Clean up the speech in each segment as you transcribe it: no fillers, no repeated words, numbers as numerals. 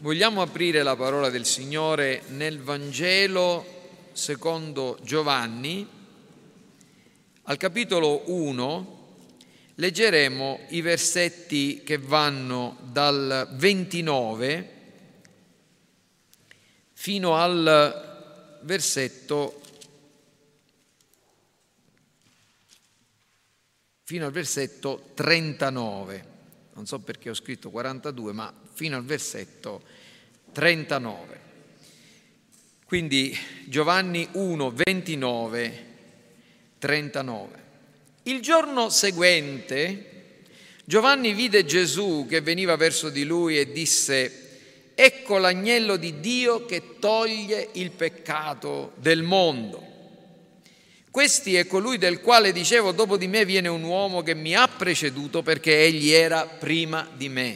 Vogliamo aprire la parola del Signore nel Vangelo secondo Giovanni, al capitolo 1, leggeremo i versetti che vanno dal 29 fino al versetto 39. Non so perché ho scritto 42, ma fino al versetto 39. Quindi Giovanni 1, 29, 39. Il giorno seguente Giovanni vide Gesù che veniva verso di lui e disse: «Ecco l'agnello di Dio che toglie il peccato del mondo. Questi è colui del quale dicevo: dopo di me viene un uomo che mi ha preceduto perché egli era prima di me.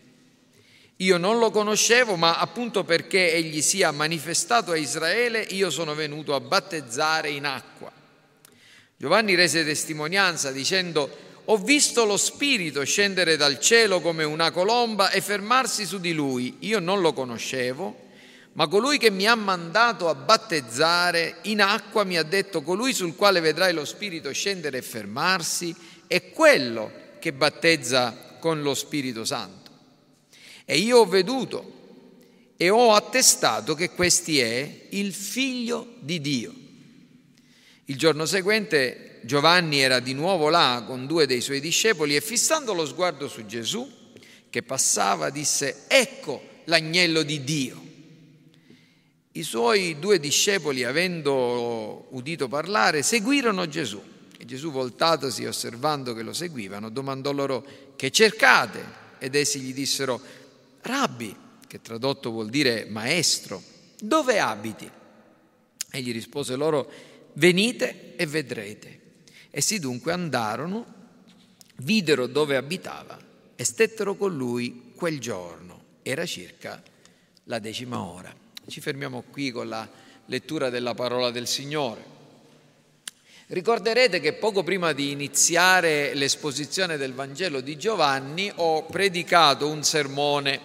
Io non lo conoscevo, ma appunto perché egli sia manifestato a Israele, io sono venuto a battezzare in acqua». Giovanni rese testimonianza dicendo: «Ho visto lo Spirito scendere dal cielo come una colomba e fermarsi su di lui. Io non lo conoscevo, ma colui che mi ha mandato a battezzare in acqua mi ha detto: colui sul quale vedrai lo Spirito scendere e fermarsi è quello che battezza con lo Spirito Santo. E io ho veduto e ho attestato che questi è il Figlio di Dio». Il giorno seguente Giovanni era di nuovo là con due dei suoi discepoli e fissando lo sguardo su Gesù che passava disse: «Ecco l'agnello di Dio». I suoi due discepoli, avendo udito parlare, seguirono Gesù. E Gesù, voltatosi e osservando che lo seguivano, domandò loro: «Che cercate?» Ed essi gli dissero: «Rabbi», che tradotto vuol dire maestro, «dove abiti?» Egli rispose loro: «Venite e vedrete». Essi dunque andarono, videro dove abitava e stettero con lui quel giorno. Era circa la 10ª ora. Ci fermiamo qui con la lettura della parola del Signore. Ricorderete che poco prima di iniziare l'esposizione del Vangelo di Giovanni ho predicato un sermone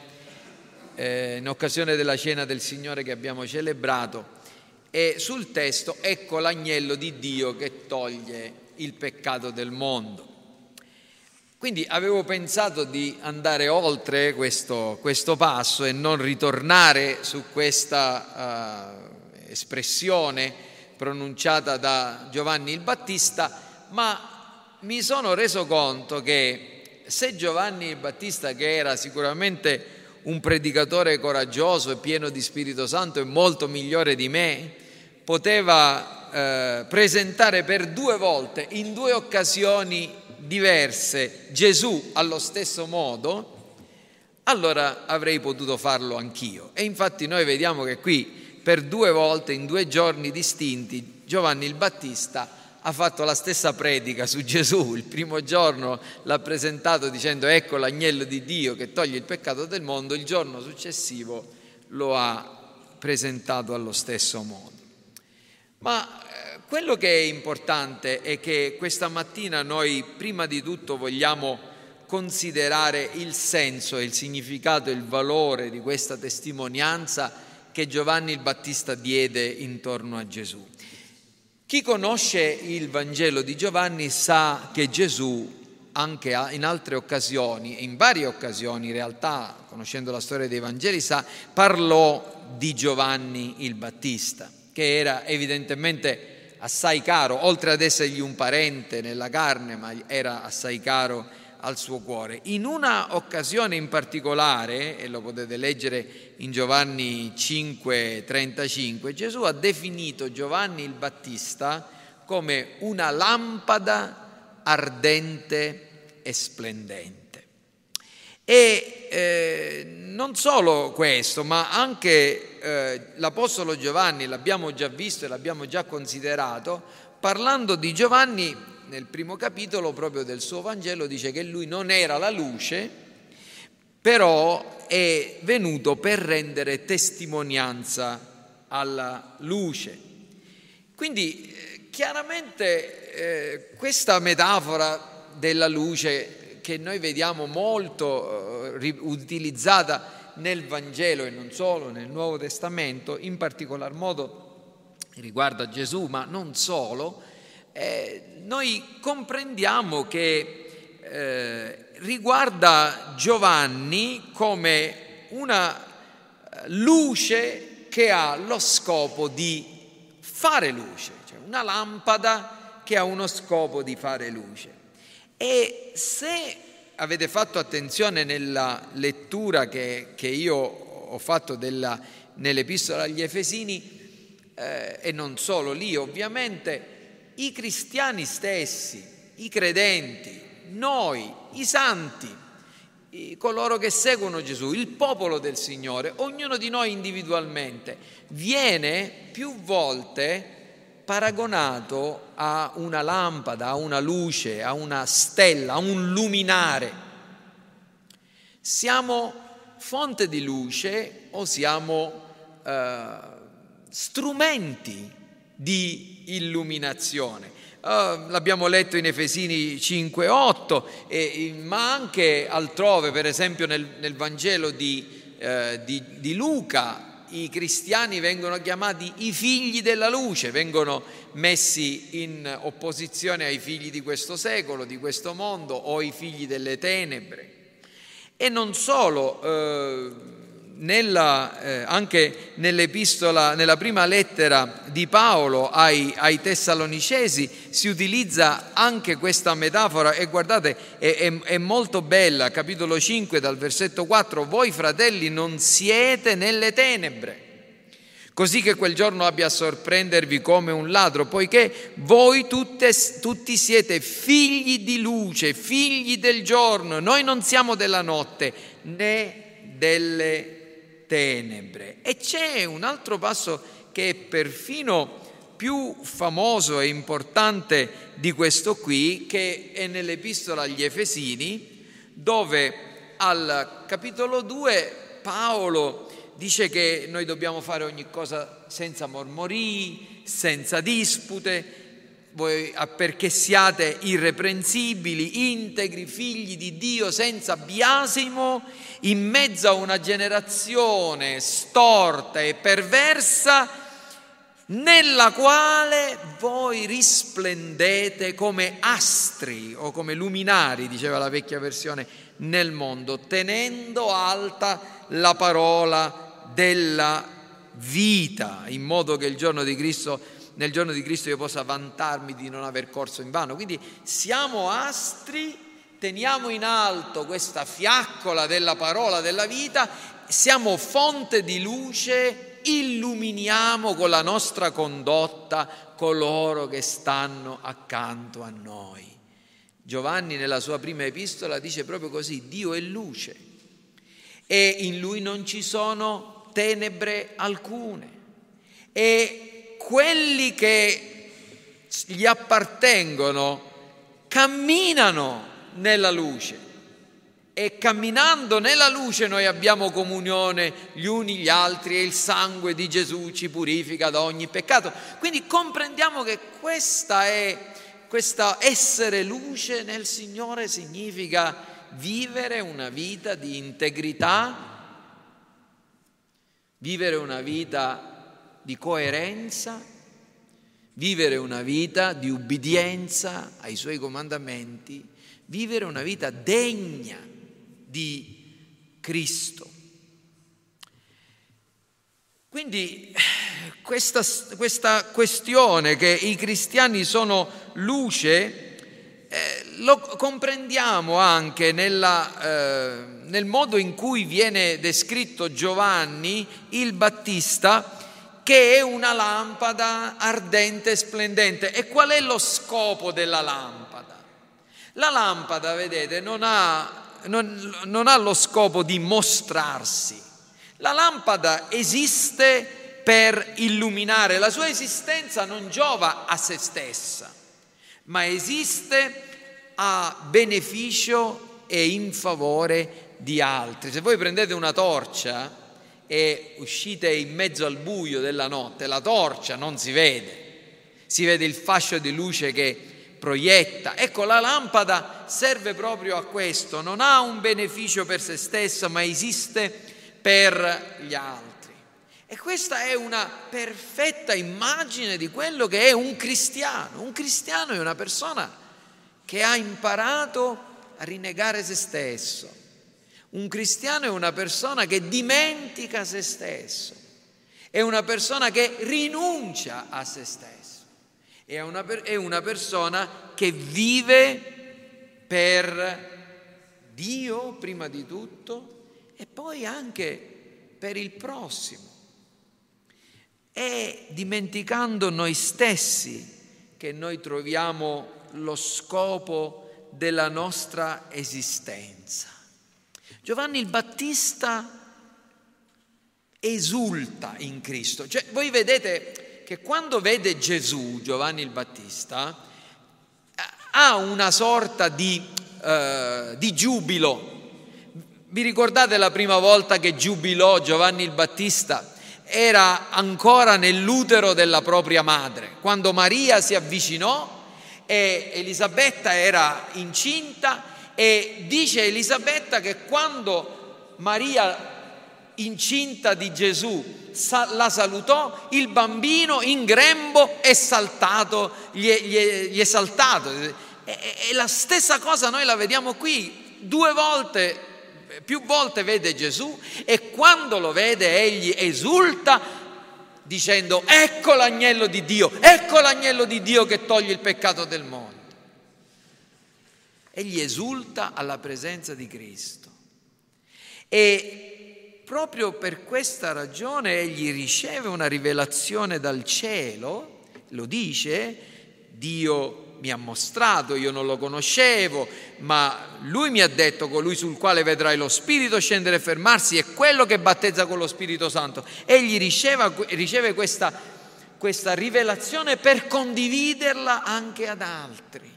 in occasione della cena del Signore che abbiamo celebrato e sul testo «Ecco l'agnello di Dio che toglie il peccato del mondo». Quindi avevo pensato di andare oltre questo passo e non ritornare su questa espressione pronunciata da Giovanni il Battista, ma mi sono reso conto che se Giovanni il Battista, che era sicuramente un predicatore coraggioso e pieno di Spirito Santo e molto migliore di me, poteva presentare per 2 volte, in 2 occasioni diverse, Gesù allo stesso modo, allora avrei potuto farlo anch'io. E infatti noi vediamo che qui per 2 volte, in 2 giorni distinti, Giovanni il Battista ha fatto la stessa predica su Gesù. Il primo giorno l'ha presentato dicendo: «Ecco l'agnello di Dio che toglie il peccato del mondo». Il giorno successivo lo ha presentato allo stesso modo. Ma quello che è importante è che questa mattina noi prima di tutto vogliamo considerare il senso, il significato e il valore di questa testimonianza che Giovanni il Battista diede intorno a Gesù. Chi conosce il Vangelo di Giovanni sa che Gesù anche in altre occasioni, in varie occasioni in realtà, conoscendo la storia dei Vangeli, parlò di Giovanni il Battista, che era evidentemente assai caro, oltre ad essergli un parente nella carne, ma era assai caro al suo cuore. In una occasione in particolare, e lo potete leggere in Giovanni 5,35, Gesù ha definito Giovanni il Battista come una lampada ardente e splendente. E non solo questo, ma anche l'Apostolo Giovanni, l'abbiamo già visto e l'abbiamo già considerato, parlando di Giovanni nel primo capitolo proprio del suo Vangelo, dice che lui non era la luce, però è venuto per rendere testimonianza alla luce. Quindi chiaramente questa metafora della luce che noi vediamo molto utilizzata nel Vangelo e non solo, nel Nuovo Testamento, in particolar modo riguarda Gesù, ma non solo, noi comprendiamo che riguarda Giovanni come una luce che ha lo scopo di fare luce, cioè una lampada che ha uno scopo di fare luce. E se avete fatto attenzione nella lettura che io ho fatto nell'Epistola agli Efesini, e non solo lì ovviamente, i cristiani stessi, i credenti, noi, i santi, coloro che seguono Gesù, il popolo del Signore, ognuno di noi individualmente, viene più volte paragonato a una lampada, a una luce, a una stella, a un luminare. Siamo fonte di luce o siamo strumenti di illuminazione? L'abbiamo letto in Efesini 5,8, ma anche altrove, per esempio nel Vangelo di Luca, i cristiani vengono chiamati i figli della luce, vengono messi in opposizione ai figli di questo secolo, di questo mondo, o i figli delle tenebre. E non solo, anche nell'epistola, nella prima lettera di Paolo ai Tessalonicesi si utilizza anche questa metafora, e guardate, è molto bella, capitolo 5 dal versetto 4: voi fratelli non siete nelle tenebre, così che quel giorno abbia a sorprendervi come un ladro, poiché voi tutti siete figli di luce, figli del giorno. Noi non siamo della notte né delle tenebre. E c'è un altro passo che è perfino più famoso e importante di questo qui, che è nell'Epistola agli Efesini, dove al capitolo 2 Paolo dice che noi dobbiamo fare ogni cosa senza mormorii, senza dispute, perché siate irreprensibili, integri, figli di Dio, senza biasimo, in mezzo a una generazione storta e perversa, nella quale voi risplendete come astri o come luminari, diceva la vecchia versione, nel mondo, tenendo alta la parola della vita, in modo che nel giorno di Cristo io possa vantarmi di non aver corso invano. Quindi siamo astri, teniamo in alto questa fiaccola della parola della vita, siamo fonte di luce, illuminiamo con la nostra condotta coloro che stanno accanto a noi. Giovanni nella sua prima epistola dice proprio così: Dio è luce e in Lui non ci sono tenebre alcune, e quelli che gli appartengono camminano nella luce, e camminando nella luce noi abbiamo comunione gli uni gli altri, e il sangue di Gesù ci purifica da ogni peccato. Quindi comprendiamo che questa essere luce nel Signore significa vivere una vita di integrità, vivere una vita di coerenza, vivere una vita di ubbidienza ai Suoi comandamenti, vivere una vita degna di Cristo. Quindi questa questione che i cristiani sono luce lo comprendiamo anche nel modo in cui viene descritto Giovanni il Battista, che è una lampada ardente e splendente. E qual è lo scopo della lampada? La lampada, vedete, non ha lo scopo di mostrarsi. La lampada esiste per illuminare, la sua esistenza non giova a se stessa, ma esiste a beneficio e in favore di altri. Se voi prendete una torcia e uscite in mezzo al buio della notte, la torcia non si vede il fascio di luce che proietta. Ecco, la lampada serve proprio a questo, non ha un beneficio per se stessa, ma esiste per gli altri. E questa è una perfetta immagine di quello che è un cristiano. Un cristiano è una persona che ha imparato a rinnegare se stesso. Un cristiano è una persona che dimentica se stesso. È una persona che rinuncia a se stesso. È una persona che vive per Dio prima di tutto e poi anche per il prossimo. È dimenticando noi stessi che noi troviamo lo scopo della nostra esistenza. Giovanni il Battista esulta in Cristo. Cioè, voi vedete che quando vede Gesù, Giovanni il Battista, ha una sorta di giubilo. Vi ricordate la prima volta che giubilò Giovanni il Battista? Era ancora nell'utero della propria madre, quando Maria si avvicinò e Elisabetta era incinta, e dice Elisabetta che quando Maria, incinta di Gesù, la salutò, il bambino in grembo è saltato, gli è saltato. E la stessa cosa noi la vediamo qui, 2 volte, più volte vede Gesù, e quando lo vede egli esulta dicendo: ecco l'agnello di Dio che toglie il peccato del mondo. Egli esulta alla presenza di Cristo e proprio per questa ragione egli riceve una rivelazione dal cielo. Lo dice: Dio mi ha mostrato, io non lo conoscevo, ma lui mi ha detto: colui sul quale vedrai lo Spirito scendere e fermarsi è quello che battezza con lo Spirito Santo. Egli riceve questa rivelazione per condividerla anche ad altri.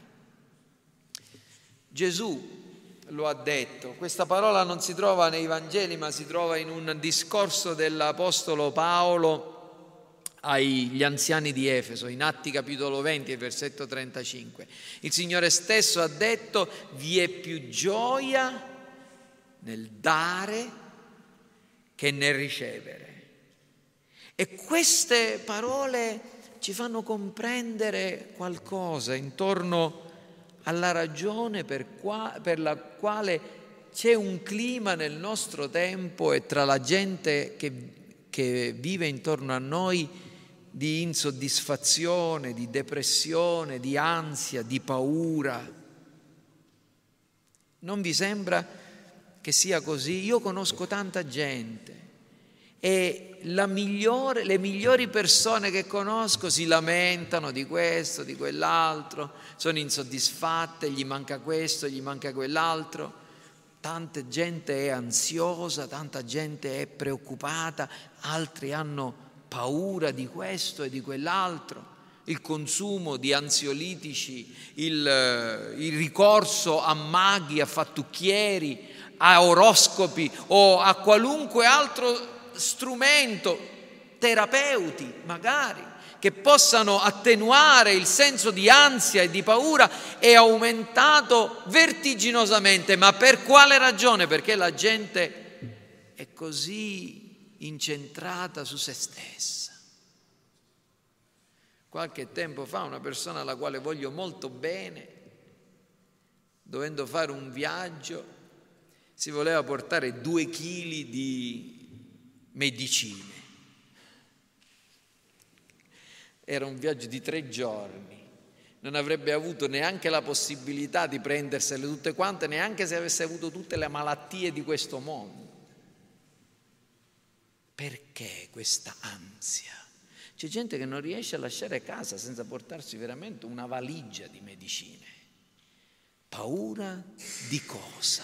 Gesù lo ha detto. Questa parola non si trova nei Vangeli, ma si trova in un discorso dell'Apostolo Paolo agli anziani di Efeso, in Atti capitolo 20, versetto 35. Il Signore stesso ha detto: vi è più gioia nel dare che nel ricevere. E queste parole ci fanno comprendere qualcosa intorno alla ragione per la quale c'è un clima nel nostro tempo e tra la gente che vive intorno a noi di insoddisfazione, di depressione, di ansia, di paura. Non vi sembra che sia così? Io conosco tanta gente e le migliori persone che conosco si lamentano di questo, di quell'altro, sono insoddisfatte, gli manca questo, gli manca quell'altro. Tanta gente è ansiosa, tanta gente è preoccupata, altri hanno paura di questo e di quell'altro. Il consumo di ansiolitici, il ricorso a maghi, a fattucchieri, a oroscopi o a qualunque altro strumento, terapeuti magari, che possano attenuare il senso di ansia e di paura, è aumentato vertiginosamente. Ma per quale ragione? Perché la gente è così incentrata su se stessa. Qualche tempo fa una persona alla quale voglio molto bene, dovendo fare un viaggio, si voleva portare 2 chili di medicine. Era un viaggio di 3 giorni, non avrebbe avuto neanche la possibilità di prendersele tutte quante, neanche se avesse avuto tutte le malattie di questo mondo. Perché questa ansia? C'è gente che non riesce a lasciare casa senza portarsi veramente una valigia di medicine. Paura di cosa?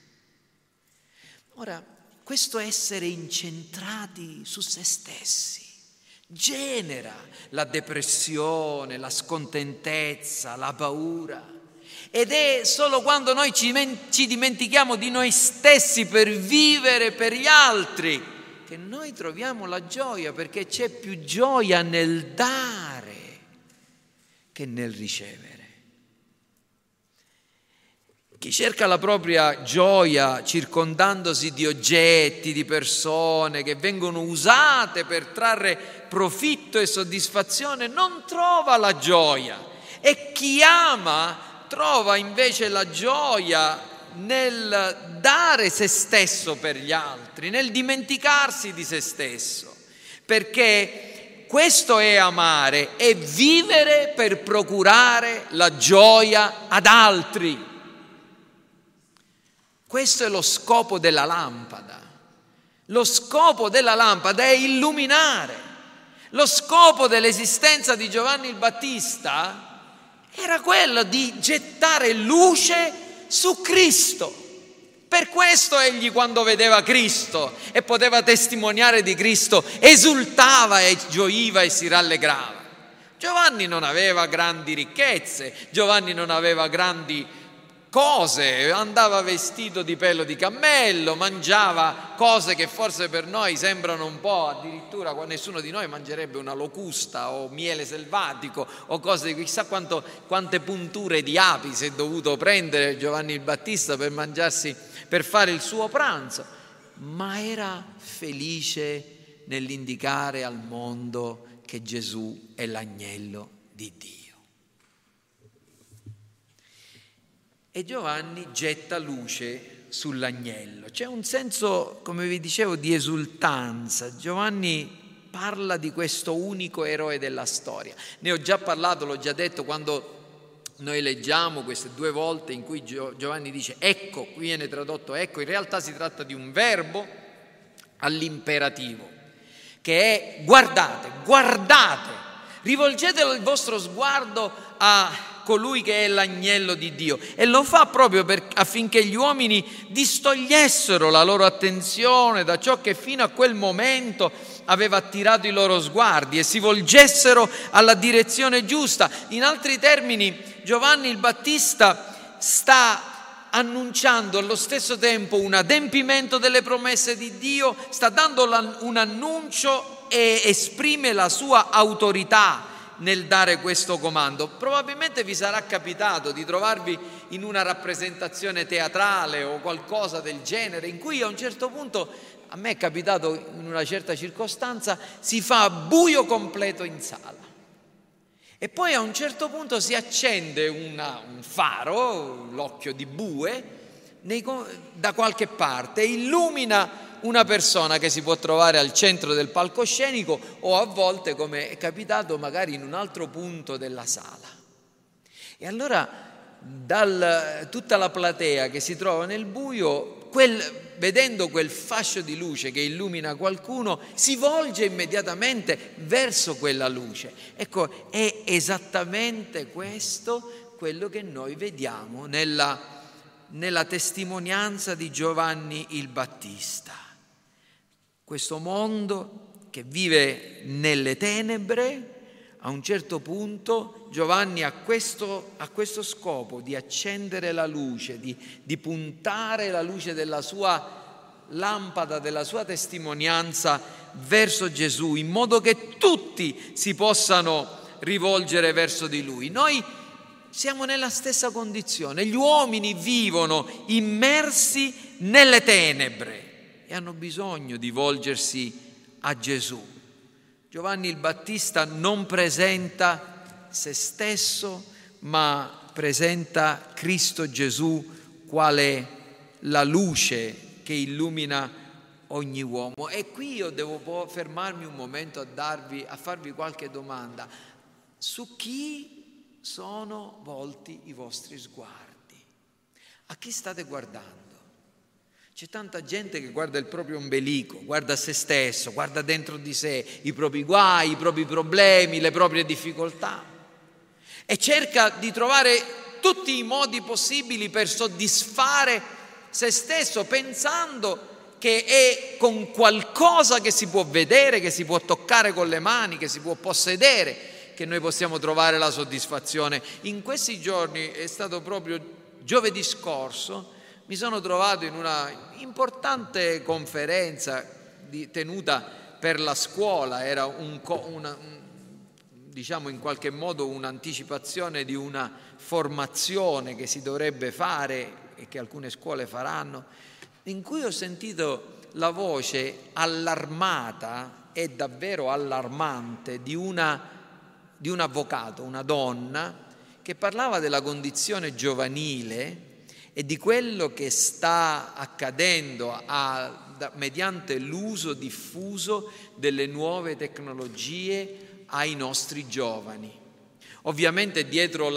Ora, questo essere incentrati su se stessi genera la depressione, la scontentezza, la paura. Ed è solo quando noi ci dimentichiamo di noi stessi per vivere per gli altri che noi troviamo la gioia, perché c'è più gioia nel dare che nel ricevere. Chi cerca la propria gioia circondandosi di oggetti, di persone che vengono usate per trarre profitto e soddisfazione non trova la gioia, e chi ama trova invece la gioia nel dare se stesso per gli altri, nel dimenticarsi di se stesso, perché questo è amare, è vivere per procurare la gioia ad altri. Questo è lo scopo della lampada. Lo scopo della lampada è illuminare. Lo scopo dell'esistenza di Giovanni il Battista era quello di gettare luce su Cristo. Per questo egli, quando vedeva Cristo e poteva testimoniare di Cristo, esultava e gioiva e si rallegrava. Giovanni non aveva grandi ricchezze, Giovanni non aveva grandi cose, andava vestito di pelo di cammello, mangiava cose che forse per noi sembrano un po', addirittura nessuno di noi mangerebbe una locusta o miele selvatico o cose di chissà quante punture di api si è dovuto prendere Giovanni il Battista per fare il suo pranzo, ma era felice nell'indicare al mondo che Gesù è l'agnello di Dio. E Giovanni getta luce sull'agnello. C'è un senso, come vi dicevo, di esultanza. Giovanni parla di questo unico eroe della storia. Ne ho già parlato, l'ho già detto, quando noi leggiamo queste due volte in cui Giovanni dice ecco, qui viene tradotto ecco, in realtà si tratta di un verbo all'imperativo, che è guardate, guardate, rivolgete il vostro sguardo a colui che è l'agnello di Dio, e lo fa proprio affinché gli uomini distogliessero la loro attenzione da ciò che fino a quel momento aveva attirato i loro sguardi e si volgessero alla direzione giusta. In altri termini, Giovanni il Battista sta annunciando allo stesso tempo un adempimento delle promesse di Dio, sta dando un annuncio e esprime la sua autorità nel dare questo comando. Probabilmente vi sarà capitato di trovarvi in una rappresentazione teatrale o qualcosa del genere in cui a un certo punto, a me è capitato in una certa circostanza, si fa buio completo in sala e poi a un certo punto si accende un faro, l'occhio di bue, da qualche parte, illumina una persona che si può trovare al centro del palcoscenico o a volte, come è capitato, magari in un altro punto della sala. E allora tutta la platea che si trova nel buio, vedendo quel fascio di luce che illumina qualcuno, si volge immediatamente verso quella luce. Ecco, è esattamente questo quello che noi vediamo nella testimonianza di Giovanni il Battista. Questo mondo che vive nelle tenebre, a un certo punto Giovanni ha questo scopo di accendere la luce, di puntare la luce della sua lampada, della sua testimonianza verso Gesù, in modo che tutti si possano rivolgere verso di Lui. Noi siamo nella stessa condizione, gli uomini vivono immersi nelle tenebre e hanno bisogno di volgersi a Gesù. Giovanni il Battista non presenta se stesso, ma presenta Cristo Gesù quale la luce che illumina ogni uomo. E qui io devo fermarmi un momento a farvi qualche domanda. Su chi sono volti i vostri sguardi? A chi state guardando? C'è tanta gente che guarda il proprio ombelico, guarda se stesso, guarda dentro di sé i propri guai, i propri problemi, le proprie difficoltà e cerca di trovare tutti i modi possibili per soddisfare se stesso, pensando che è con qualcosa che si può vedere, che si può toccare con le mani, che si può possedere, che noi possiamo trovare la soddisfazione. In questi giorni, è stato proprio giovedì scorso, mi sono trovato in una importante conferenza tenuta per la scuola, era diciamo in qualche modo un'anticipazione di una formazione che si dovrebbe fare e che alcune scuole faranno, in cui ho sentito la voce allarmata e davvero allarmante di un avvocato, una donna, che parlava della condizione giovanile e di quello che sta accadendo mediante l'uso diffuso delle nuove tecnologie ai nostri giovani. Ovviamente dietro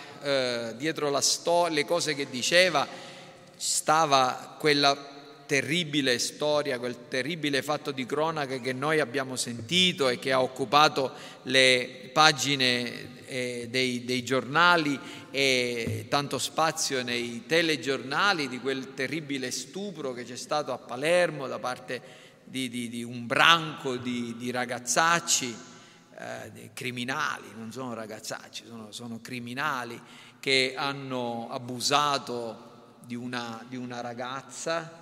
le cose che diceva stava quella terribile storia, quel terribile fatto di cronaca che noi abbiamo sentito e che ha occupato le pagine dei giornali e tanto spazio nei telegiornali, di quel terribile stupro che c'è stato a Palermo da parte di un branco di ragazzacci, criminali, non sono ragazzacci, sono criminali che hanno abusato di una ragazza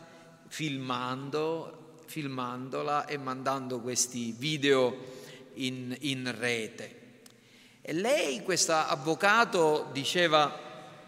filmandola e mandando questi video in rete. E lei, questa avvocato, diceva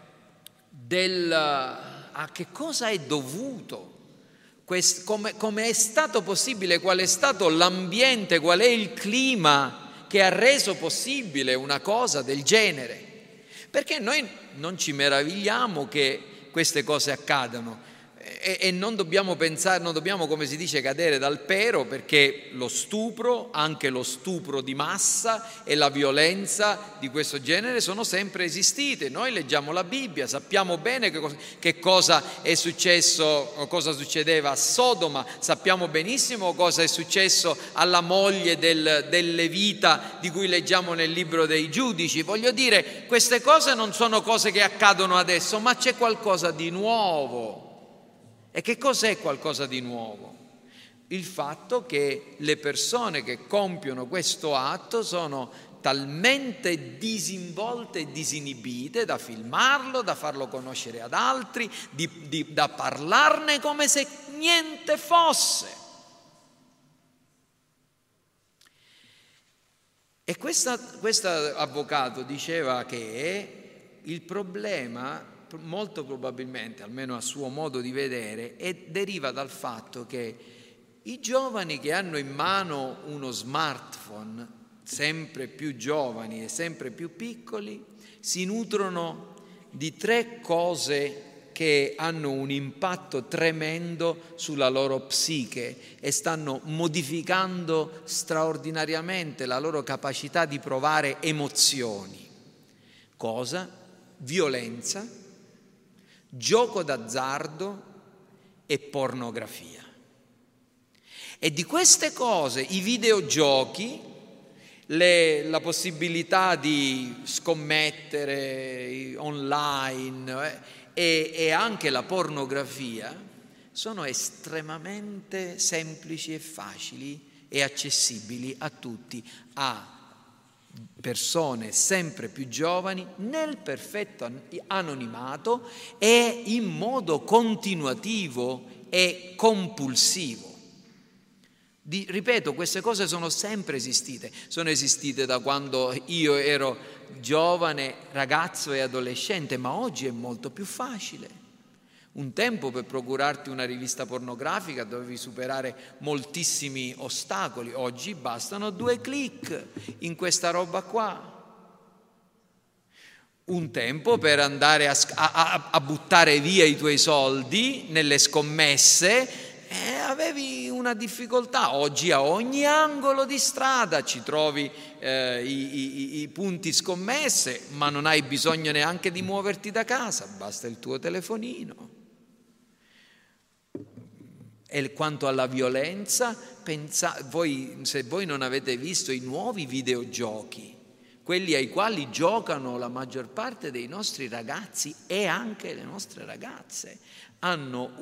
a che cosa è dovuto, come è stato possibile, qual è stato l'ambiente, qual è il clima che ha reso possibile una cosa del genere. Perché noi non ci meravigliamo che queste cose accadano e non dobbiamo pensare, non dobbiamo, come si dice, cadere dal pero, perché lo stupro, anche lo stupro di massa e la violenza di questo genere sono sempre esistite. Noi leggiamo la Bibbia, sappiamo bene che cosa è successo, cosa succedeva a Sodoma, sappiamo benissimo cosa è successo alla moglie del Levita di cui leggiamo nel libro dei Giudici. Voglio dire, queste cose non sono cose che accadono adesso, ma c'è qualcosa di nuovo. E che cos'è qualcosa di nuovo? Il fatto che le persone che compiono questo atto sono talmente disinvolte e disinibite da filmarlo, da farlo conoscere ad altri, da parlarne come se niente fosse. E questo avvocato diceva che il problema, molto probabilmente, almeno a suo modo di vedere, deriva dal fatto che i giovani che hanno in mano uno smartphone, sempre più giovani e sempre più piccoli, si nutrono di 3 cose che hanno un impatto tremendo sulla loro psiche e stanno modificando straordinariamente la loro capacità di provare emozioni. Cosa? Violenza, gioco d'azzardo e pornografia. E di queste cose i videogiochi, la possibilità di scommettere online e anche la pornografia sono estremamente semplici e facili e accessibili a tutti, a persone sempre più giovani, nel perfetto anonimato e in modo continuativo e compulsivo. Ripeto, queste cose sono sempre esistite da quando io ero giovane, ragazzo e adolescente, ma oggi è molto più facile. Un tempo per procurarti una rivista pornografica dovevi superare moltissimi ostacoli, oggi bastano 2 click in questa roba qua. Un tempo per andare a buttare via i tuoi soldi nelle scommesse avevi una difficoltà. Oggi a ogni angolo di strada ci trovi i punti scommesse, ma non hai bisogno neanche di muoverti da casa, basta il tuo telefonino. E quanto alla violenza, se voi non avete visto i nuovi videogiochi, quelli ai quali giocano la maggior parte dei nostri ragazzi e anche le nostre ragazze, hanno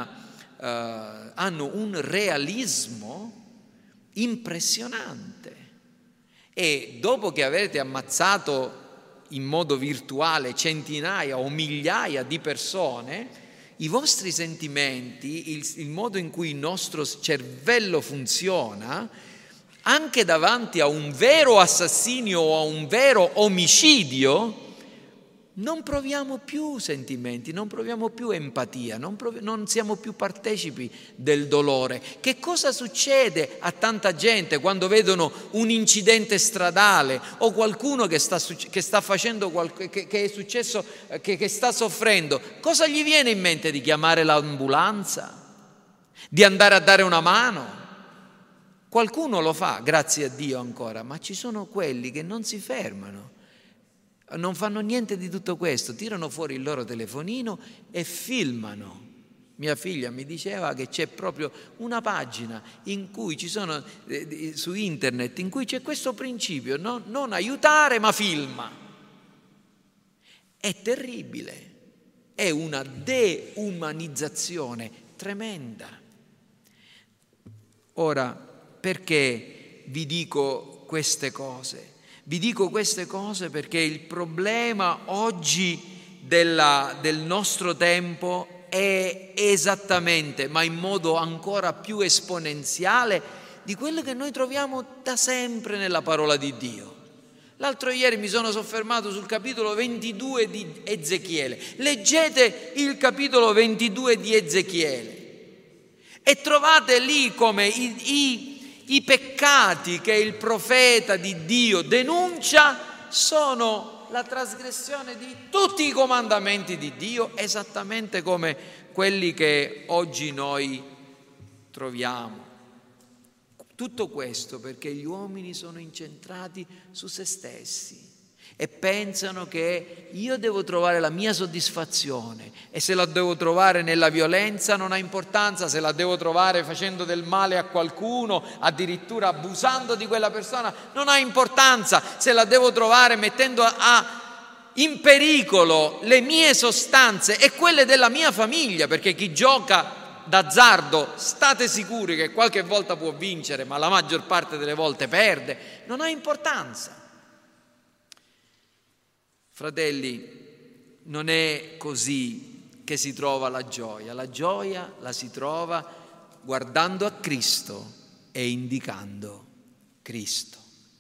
un realismo impressionante. E dopo che avete ammazzato in modo virtuale centinaia o migliaia di persone, i vostri sentimenti, il modo in cui il nostro cervello funziona, anche davanti a un vero assassinio o a un vero omicidio, non proviamo più sentimenti, non proviamo più empatia, non siamo più partecipi del dolore. Che cosa succede a tanta gente quando vedono un incidente stradale o qualcuno che sta facendo che è successo, che sta soffrendo? Cosa gli viene in mente? Di chiamare l'ambulanza? Di andare a dare una mano? Qualcuno lo fa, grazie a Dio ancora, ma ci sono quelli che non si fermano. Non fanno niente di tutto questo, tirano fuori il loro telefonino e filmano. Mia figlia mi diceva che c'è proprio una pagina in cui ci sono su internet in cui c'è questo principio, no? Non aiutare ma filma. È terribile, è una deumanizzazione tremenda. Ora, perché vi dico queste cose? Vi dico queste cose perché il problema oggi del nostro tempo è esattamente, ma in modo ancora più esponenziale, di quello che noi troviamo da sempre nella parola di Dio. L'altro ieri mi sono soffermato sul capitolo 22 di Ezechiele. Leggete il capitolo 22 di Ezechiele e trovate lì come i peccati che il profeta di Dio denuncia sono la trasgressione di tutti i comandamenti di Dio, esattamente come quelli che oggi noi troviamo. Tutto questo perché gli uomini sono incentrati su se stessi e pensano che io devo trovare la mia soddisfazione, e se la devo trovare nella violenza non ha importanza, se la devo trovare facendo del male a qualcuno, addirittura abusando di quella persona, non ha importanza, se la devo trovare mettendo in pericolo le mie sostanze e quelle della mia famiglia, perché chi gioca d'azzardo, state sicuri che qualche volta può vincere, ma la maggior parte delle volte perde, non ha importanza. Fratelli, non è così che si trova la gioia la si trova guardando a Cristo e indicando Cristo.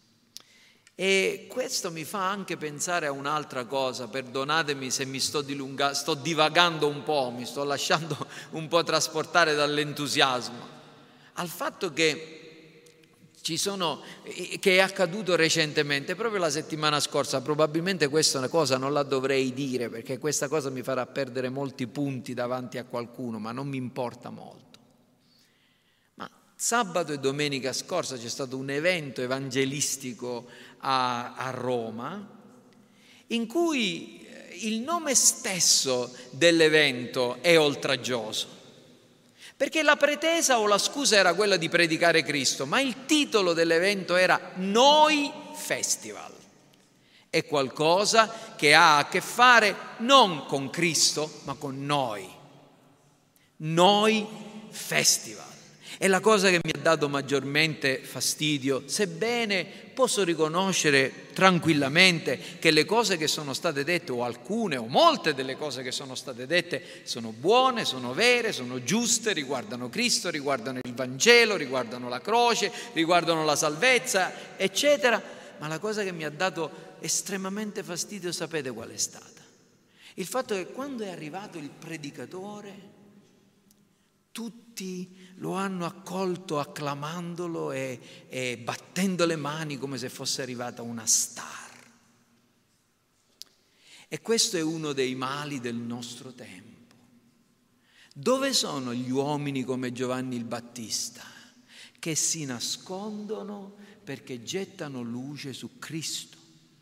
E questo mi fa anche pensare a un'altra cosa, perdonatemi se mi sto divagando un po', mi sto lasciando un po' trasportare dall'entusiasmo, al fatto che che è accaduto recentemente, proprio la settimana scorsa. Probabilmente questa è una cosa non la dovrei dire, perché questa cosa mi farà perdere molti punti davanti a qualcuno, ma non mi importa molto. Ma sabato e domenica scorsa c'è stato un evento evangelistico a Roma, in cui il nome stesso dell'evento è oltraggioso. Perché la pretesa o la scusa era quella di predicare Cristo, ma il titolo dell'evento era Noi Festival. È qualcosa che ha a che fare non con Cristo, ma con noi. Noi Festival. È la cosa che mi ha dato maggiormente fastidio, sebbene posso riconoscere tranquillamente che le cose che sono state dette, o alcune o molte delle cose che sono state dette, sono buone, sono vere, sono giuste, riguardano Cristo, riguardano il Vangelo, riguardano la croce, riguardano la salvezza, eccetera. Ma la cosa che mi ha dato estremamente fastidio, sapete qual è stata? Il fatto che quando è arrivato il predicatore, tutti lo hanno accolto acclamandolo e battendo le mani come se fosse arrivata una star. E questo è uno dei mali del nostro tempo. Dove sono gli uomini come Giovanni il Battista, che si nascondono perché gettano luce su Cristo?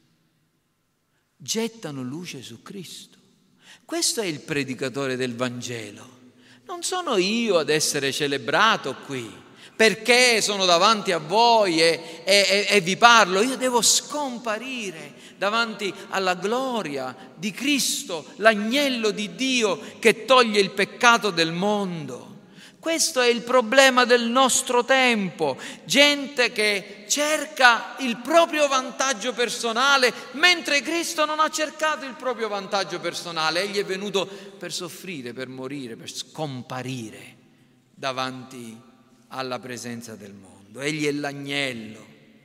Gettano luce su Cristo. Questo è il predicatore del Vangelo. Non sono io ad essere celebrato qui, perché sono davanti a voi e vi parlo. Io devo scomparire davanti alla gloria di Cristo, l'agnello di Dio che toglie il peccato del mondo. Questo è il problema del nostro tempo, gente che cerca il proprio vantaggio personale, mentre Cristo non ha cercato il proprio vantaggio personale. Egli è venuto per soffrire, per morire, per scomparire davanti alla presenza del mondo. Egli è l'agnello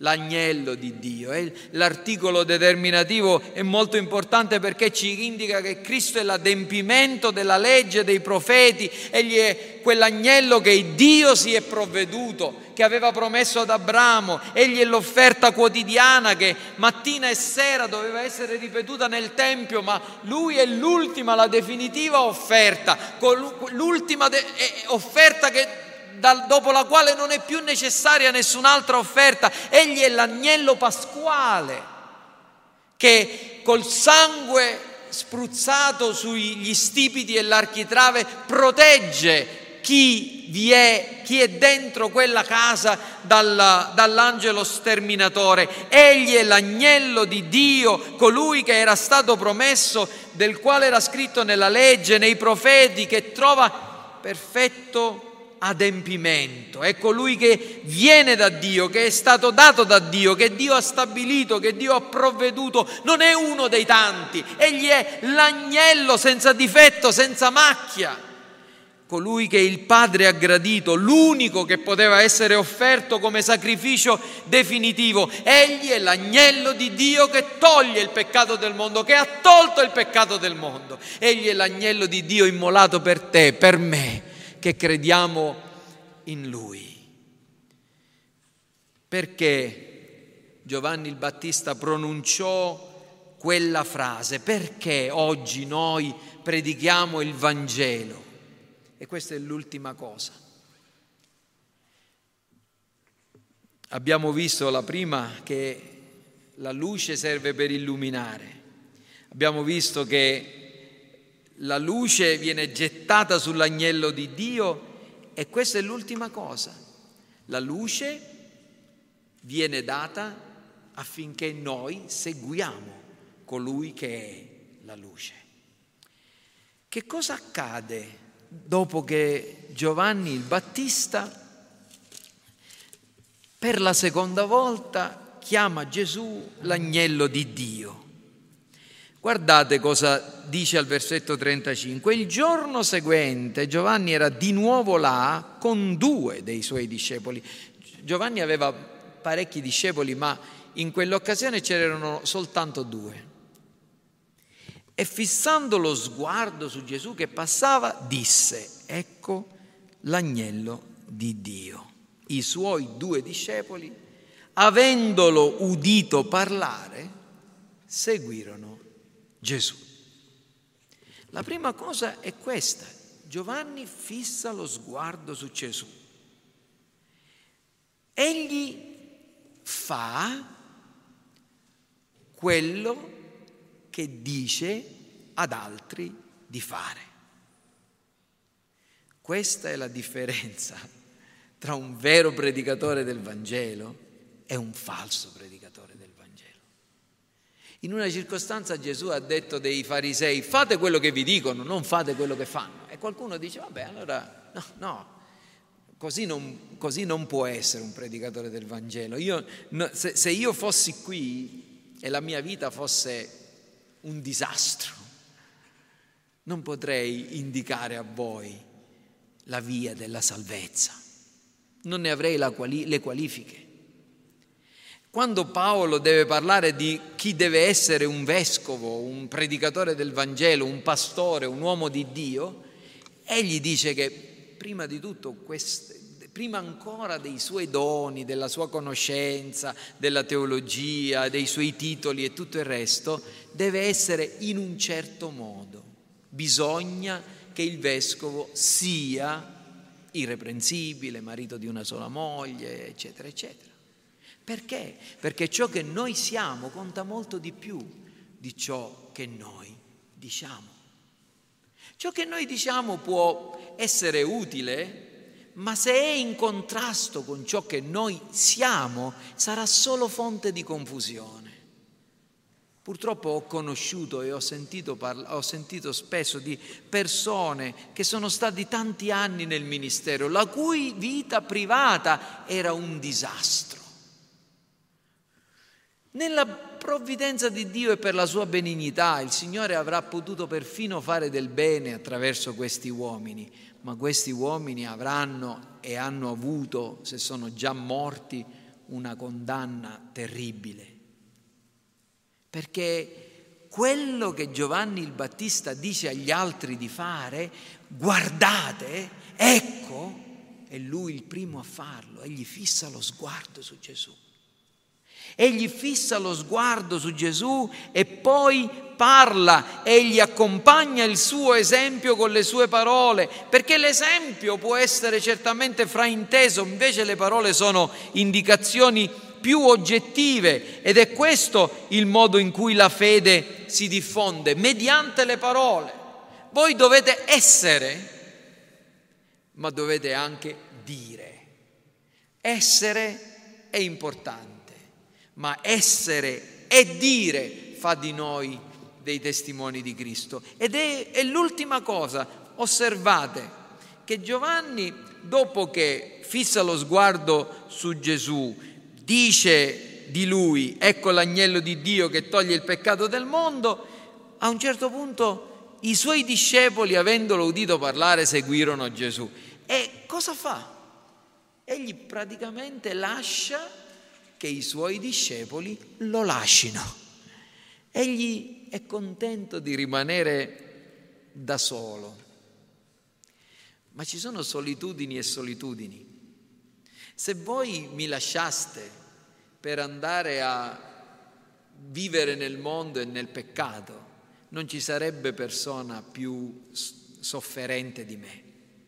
l'agnello di Dio. L'articolo determinativo è molto importante perché ci indica che Cristo è l'adempimento della legge, dei profeti. Egli è quell'agnello che Dio si è provveduto, che aveva promesso ad Abramo. Egli è l'offerta quotidiana che mattina e sera doveva essere ripetuta nel Tempio, ma Lui è l'ultima, la definitiva offerta, l'ultima offerta che dopo la quale non è più necessaria nessun'altra offerta. Egli è l'agnello pasquale che col sangue spruzzato sugli stipiti e l'architrave protegge chi è dentro quella casa dall'angelo sterminatore. Egli è l'agnello di Dio, colui che era stato promesso, del quale era scritto nella legge, nei profeti, che trova perfetto adempimento. È colui che viene da Dio, che è stato dato da Dio, che Dio ha stabilito, che Dio ha provveduto. Non è uno dei tanti, egli è l'agnello senza difetto, senza macchia, colui che il Padre ha gradito, l'unico che poteva essere offerto come sacrificio definitivo. Egli è l'agnello di Dio che toglie il peccato del mondo, che ha tolto il peccato del mondo. Egli è l'agnello di Dio immolato per te, per me, che crediamo in Lui. Perché Giovanni il Battista pronunciò quella frase? Perché oggi noi predichiamo il Vangelo? E questa è l'ultima cosa. Abbiamo visto la prima che la luce serve per illuminare. Abbiamo visto che la luce viene gettata sull'agnello di Dio e questa è l'ultima cosa. La luce viene data affinché noi seguiamo colui che è la luce. Che cosa accade dopo che Giovanni il Battista per la seconda volta chiama Gesù l'agnello di Dio? Guardate cosa dice al versetto 35. Il giorno seguente Giovanni era di nuovo là con 2 dei suoi discepoli. Giovanni aveva parecchi discepoli, ma in quell'occasione c'erano soltanto 2. E fissando lo sguardo su Gesù che passava, disse: ecco l'agnello di Dio. I suoi 2 discepoli, avendolo udito parlare, seguirono Gesù. La prima cosa è questa: Giovanni fissa lo sguardo su Gesù. Egli fa quello che dice ad altri di fare. Questa è la differenza tra un vero predicatore del Vangelo e un falso predicatore del Vangelo. In una circostanza Gesù ha detto dei farisei: fate quello che vi dicono, non fate quello che fanno. E qualcuno dice: vabbè, allora no, così non può essere un predicatore del Vangelo. Se io fossi qui e la mia vita fosse un disastro, non potrei indicare a voi la via della salvezza, non ne avrei le qualifiche. Quando Paolo deve parlare di chi deve essere un vescovo, un predicatore del Vangelo, un pastore, un uomo di Dio, egli dice che prima di tutto, prima ancora dei suoi doni, della sua conoscenza, della teologia, dei suoi titoli e tutto il resto, deve essere in un certo modo. Bisogna che il vescovo sia irreprensibile, marito di una sola moglie, eccetera, eccetera. Perché? Perché ciò che noi siamo conta molto di più di ciò che noi diciamo. Ciò che noi diciamo può essere utile, ma se è in contrasto con ciò che noi siamo, sarà solo fonte di confusione. Purtroppo ho conosciuto e ho sentito spesso di persone che sono stati tanti anni nel ministero, la cui vita privata era un disastro. Nella provvidenza di Dio e per la sua benignità, il Signore avrà potuto perfino fare del bene attraverso questi uomini, ma questi uomini avranno e hanno avuto, se sono già morti, una condanna terribile. Perché quello che Giovanni il Battista dice agli altri di fare, guardate, ecco, è lui il primo a farlo. Egli fissa lo sguardo su Gesù. Egli fissa lo sguardo su Gesù e poi parla, egli accompagna il suo esempio con le sue parole, perché l'esempio può essere certamente frainteso, invece le parole sono indicazioni più oggettive ed è questo il modo in cui la fede si diffonde, mediante le parole. Voi dovete essere, ma dovete anche dire. Essere è importante. Ma essere e dire fa di noi dei testimoni di Cristo. Ed è l'ultima cosa. Osservate che Giovanni, dopo che fissa lo sguardo su Gesù, dice di lui, ecco l'agnello di Dio che toglie il peccato del mondo, a un certo punto i suoi discepoli, avendolo udito parlare, seguirono Gesù. E cosa fa? Egli praticamente lascia che i suoi discepoli lo lascino. Egli è contento di rimanere da solo. Ma ci sono solitudini e solitudini. Se voi mi lasciaste per andare a vivere nel mondo e nel peccato, non ci sarebbe persona più sofferente di me.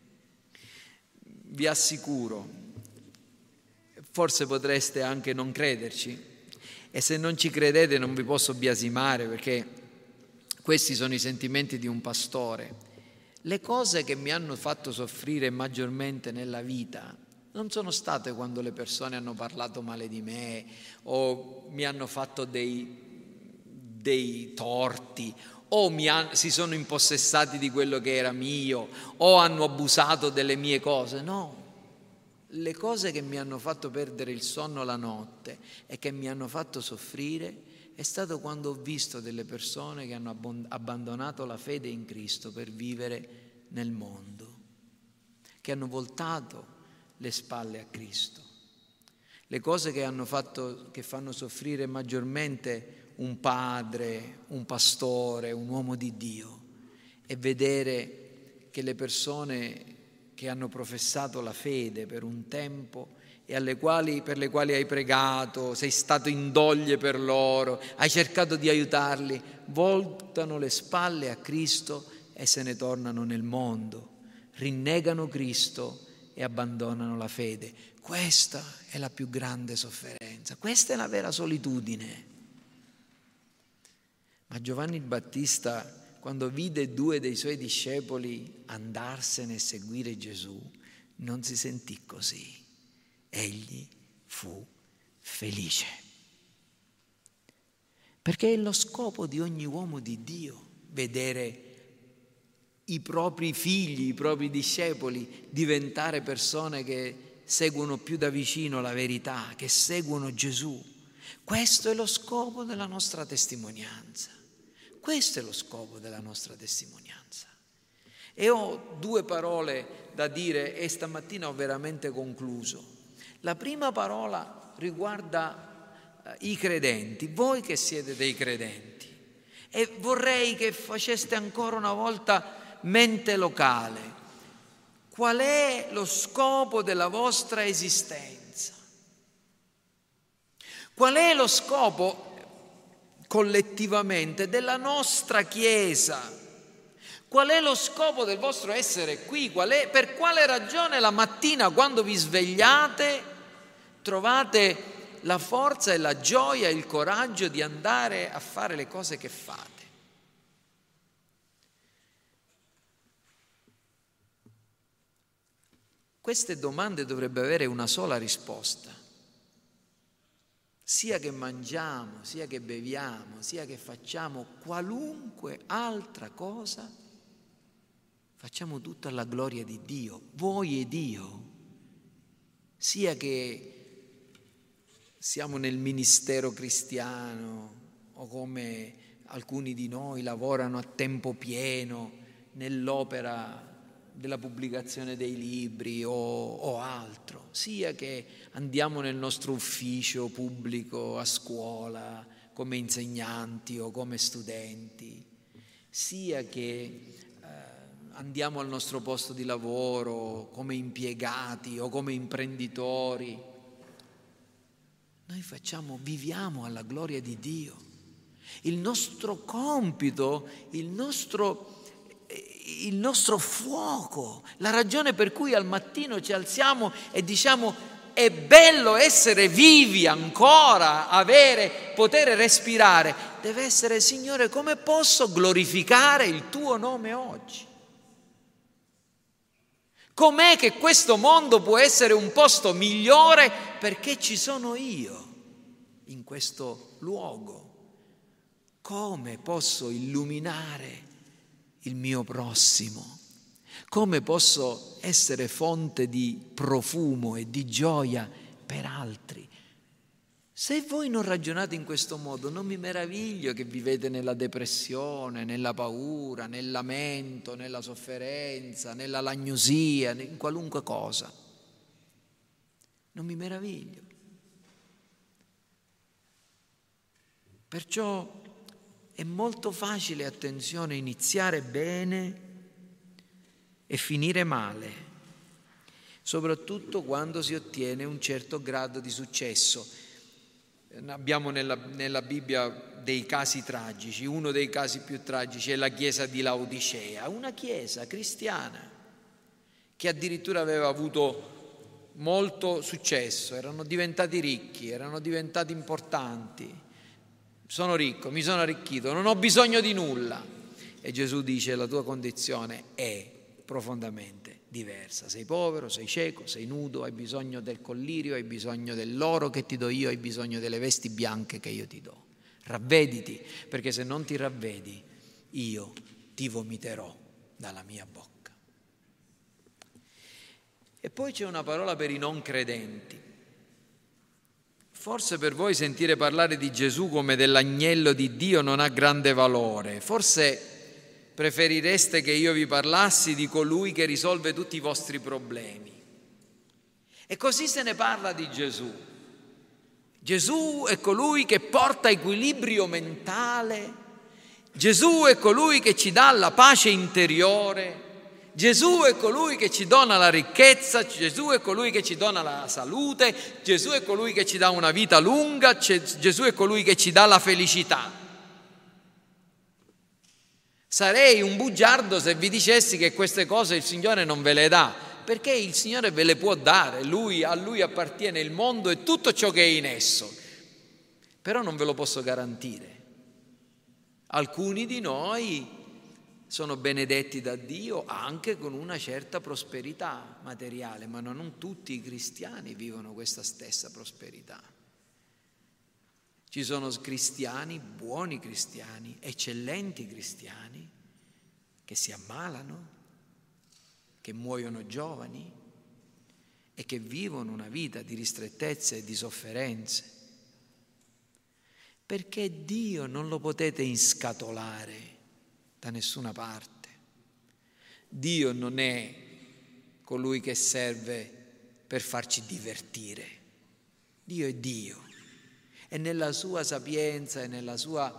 Vi assicuro. Forse potreste anche non crederci e se non ci credete non vi posso biasimare perché questi sono i sentimenti di un pastore. Le cose che mi hanno fatto soffrire maggiormente nella vita non sono state quando le persone hanno parlato male di me o mi hanno fatto dei torti o si sono impossessati di quello che era mio o hanno abusato delle mie cose, no. Le cose che mi hanno fatto perdere il sonno la notte e che mi hanno fatto soffrire è stato quando ho visto delle persone che hanno abbandonato la fede in Cristo per vivere nel mondo, che hanno voltato le spalle a Cristo. Le cose che fanno soffrire maggiormente un padre, un pastore, un uomo di Dio è vedere che le persone che hanno professato la fede per un tempo e per le quali hai pregato, sei stato in doglie per loro, hai cercato di aiutarli, voltano le spalle a Cristo e se ne tornano nel mondo, rinnegano Cristo e abbandonano la fede. Questa è la più grande sofferenza, questa è la vera solitudine. Ma Giovanni il Battista, quando vide 2 dei suoi discepoli andarsene e seguire Gesù, non si sentì così. Egli fu felice. Perché è lo scopo di ogni uomo di Dio vedere i propri figli, i propri discepoli diventare persone che seguono più da vicino la verità, che seguono Gesù. Questo è lo scopo della nostra testimonianza. Questo è lo scopo della nostra testimonianza. E ho 2 parole da dire e stamattina ho veramente concluso. La prima parola riguarda i credenti, voi che siete dei credenti. E vorrei che faceste ancora una volta mente locale. Qual è lo scopo della vostra esistenza? Qual è lo scopo collettivamente della nostra Chiesa? Qual è lo scopo del vostro essere qui? Per quale ragione la mattina quando vi svegliate trovate la forza e la gioia e il coraggio di andare a fare le cose che fate? Queste domande dovrebbero avere una sola risposta. Sia che mangiamo, sia che beviamo, sia che facciamo qualunque altra cosa, facciamo tutto alla gloria di Dio, voi e Dio. Sia che siamo nel ministero cristiano o come alcuni di noi lavorano a tempo pieno nell'opera della pubblicazione dei libri o altro, sia che andiamo nel nostro ufficio pubblico, a scuola, come insegnanti o come studenti, sia che andiamo al nostro posto di lavoro come impiegati o come imprenditori. Noi viviamo alla gloria di Dio. Il nostro compito, il nostro fuoco, la ragione per cui al mattino ci alziamo e diciamo è bello essere vivi ancora, poter respirare, deve essere: Signore, come posso glorificare il tuo nome oggi? Com'è che questo mondo può essere un posto migliore perché ci sono io in questo luogo? Come posso illuminare il mio prossimo? Come posso essere fonte di profumo e di gioia per altri? Se voi non ragionate in questo modo, non mi meraviglio che vivete nella depressione, nella paura, nel lamento, nella sofferenza, nella lagnosia, in qualunque cosa. Non mi meraviglio. Perciò è molto facile, attenzione, iniziare bene e finire male, soprattutto quando si ottiene un certo grado di successo. Abbiamo nella Bibbia dei casi tragici. Uno dei casi più tragici è la chiesa di Laodicea, una chiesa cristiana che addirittura aveva avuto molto successo, erano diventati ricchi, erano diventati importanti. Sono ricco, mi sono arricchito, non ho bisogno di nulla. E Gesù dice: la tua condizione è profondamente diversa. Sei povero, sei cieco, sei nudo, hai bisogno del collirio, hai bisogno dell'oro che ti do io, hai bisogno delle vesti bianche che io ti do. Ravvediti, perché se non ti ravvedi io ti vomiterò dalla mia bocca. E poi c'è una parola per i non credenti. Forse per voi sentire parlare di Gesù come dell'agnello di Dio non ha grande valore. Forse preferireste che io vi parlassi di colui che risolve tutti i vostri problemi. E così se ne parla di Gesù. Gesù è colui che porta equilibrio mentale. Gesù è colui che ci dà la pace interiore. Gesù è colui che ci dona la ricchezza, Gesù è colui che ci dona la salute, Gesù è colui che ci dà una vita lunga, Gesù è colui che ci dà la felicità. Sarei un bugiardo se vi dicessi che queste cose il Signore non ve le dà, perché il Signore ve le può dare, a Lui appartiene il mondo e tutto ciò che è in esso, però non ve lo posso garantire. Alcuni di noi sono benedetti da Dio anche con una certa prosperità materiale, ma non tutti i cristiani vivono questa stessa prosperità. Ci sono cristiani, buoni cristiani, eccellenti cristiani, che si ammalano, che muoiono giovani e che vivono una vita di ristrettezze e di sofferenze. Perché Dio non lo potete inscatolare da nessuna parte. Dio non è colui che serve per farci divertire. Dio è Dio. E nella sua sapienza e nella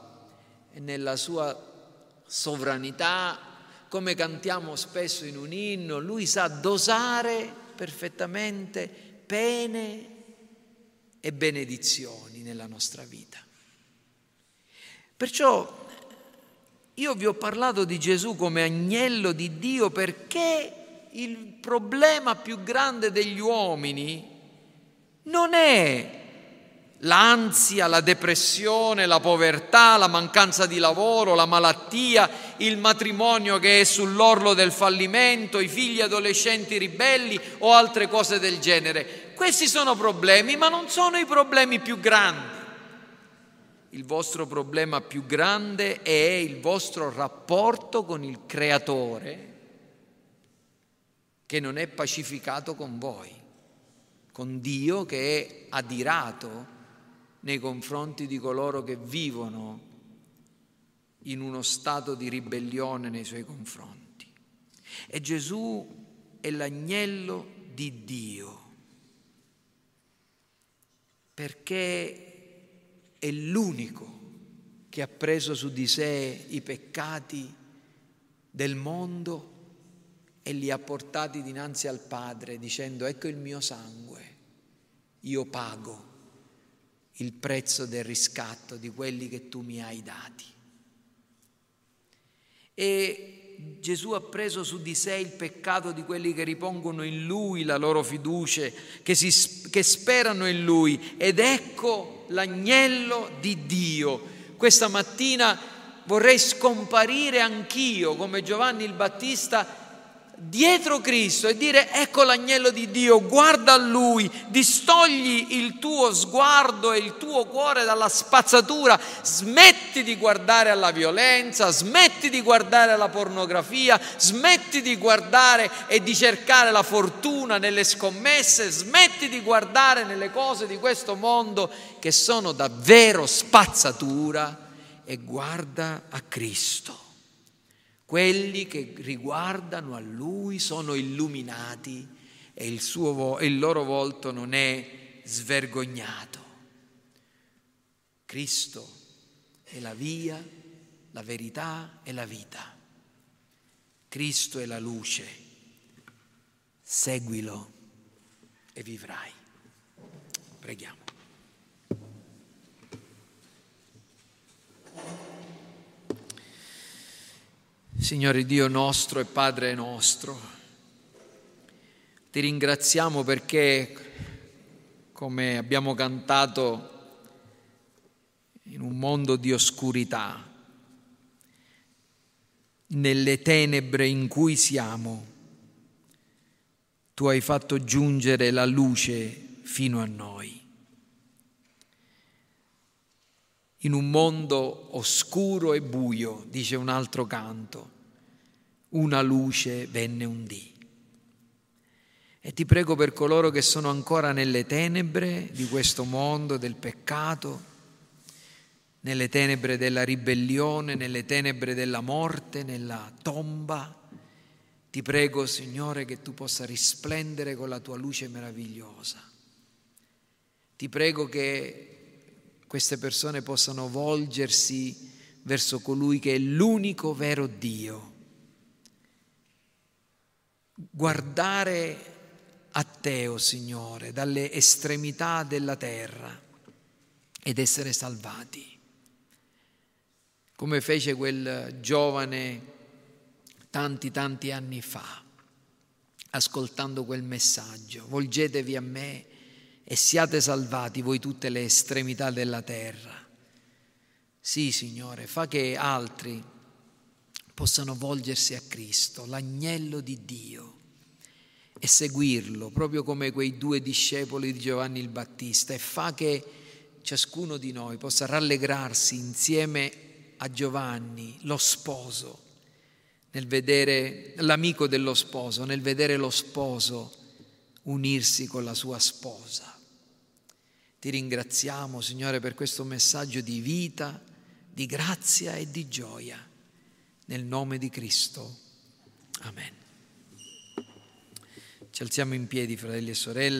sua sovranità, come cantiamo spesso in un inno, Lui sa dosare perfettamente pene e benedizioni nella nostra vita. Perciò io vi ho parlato di Gesù come agnello di Dio perché il problema più grande degli uomini non è l'ansia, la depressione, la povertà, la mancanza di lavoro, la malattia, il matrimonio che è sull'orlo del fallimento, i figli adolescenti ribelli o altre cose del genere. Questi sono problemi, ma non sono i problemi più grandi. Il vostro problema più grande è il vostro rapporto con il Creatore che non è pacificato con voi, con Dio che è adirato nei confronti di coloro che vivono in uno stato di ribellione nei suoi confronti. E Gesù è l'agnello di Dio, perché è l'unico che ha preso su di sé i peccati del mondo e li ha portati dinanzi al Padre dicendo: ecco il mio sangue, io pago il prezzo del riscatto di quelli che tu mi hai dati. E Gesù ha preso su di sé il peccato di quelli che ripongono in Lui la loro fiducia, che sperano in Lui. Ed ecco l'agnello di Dio. Questa mattina vorrei scomparire anch'io, come Giovanni il Battista, dietro Cristo e dire: ecco l'agnello di Dio, guarda a Lui, distogli il tuo sguardo e il tuo cuore dalla spazzatura, smetti di guardare alla violenza, smetti di guardare alla pornografia, smetti di guardare e di cercare la fortuna nelle scommesse, smetti di guardare nelle cose di questo mondo che sono davvero spazzatura e guarda a Cristo. Quelli che riguardano a Lui sono illuminati e il loro volto non è svergognato. Cristo è la via, la verità e la vita. Cristo è la luce. Seguilo e vivrai. Preghiamo. Signore Dio nostro e Padre nostro, ti ringraziamo perché, come abbiamo cantato, in un mondo di oscurità, nelle tenebre in cui siamo, tu hai fatto giungere la luce fino a noi. In un mondo oscuro e buio, dice un altro canto, una luce venne un dì. E ti prego per coloro che sono ancora nelle tenebre di questo mondo, del peccato, nelle tenebre della ribellione, nelle tenebre della morte, nella tomba. Ti prego, Signore, che tu possa risplendere con la tua luce meravigliosa. Ti prego che queste persone possano volgersi verso colui che è l'unico vero Dio, guardare a te, o Signore, dalle estremità della terra ed essere salvati, come fece quel giovane tanti anni fa, ascoltando quel messaggio: volgetevi a me e siate salvati voi tutte le estremità della terra. Sì, Signore, fa che altri possano volgersi a Cristo, l'agnello di Dio, e seguirlo, proprio come quei 2 discepoli di Giovanni il Battista, e fa che ciascuno di noi possa rallegrarsi insieme a Giovanni, lo sposo, nel vedere l'amico dello sposo, nel vedere lo sposo unirsi con la sua sposa. Ti ringraziamo, Signore, per questo messaggio di vita, di grazia e di gioia. Nel nome di Cristo. Amen. Ci alziamo in piedi, fratelli e sorelle.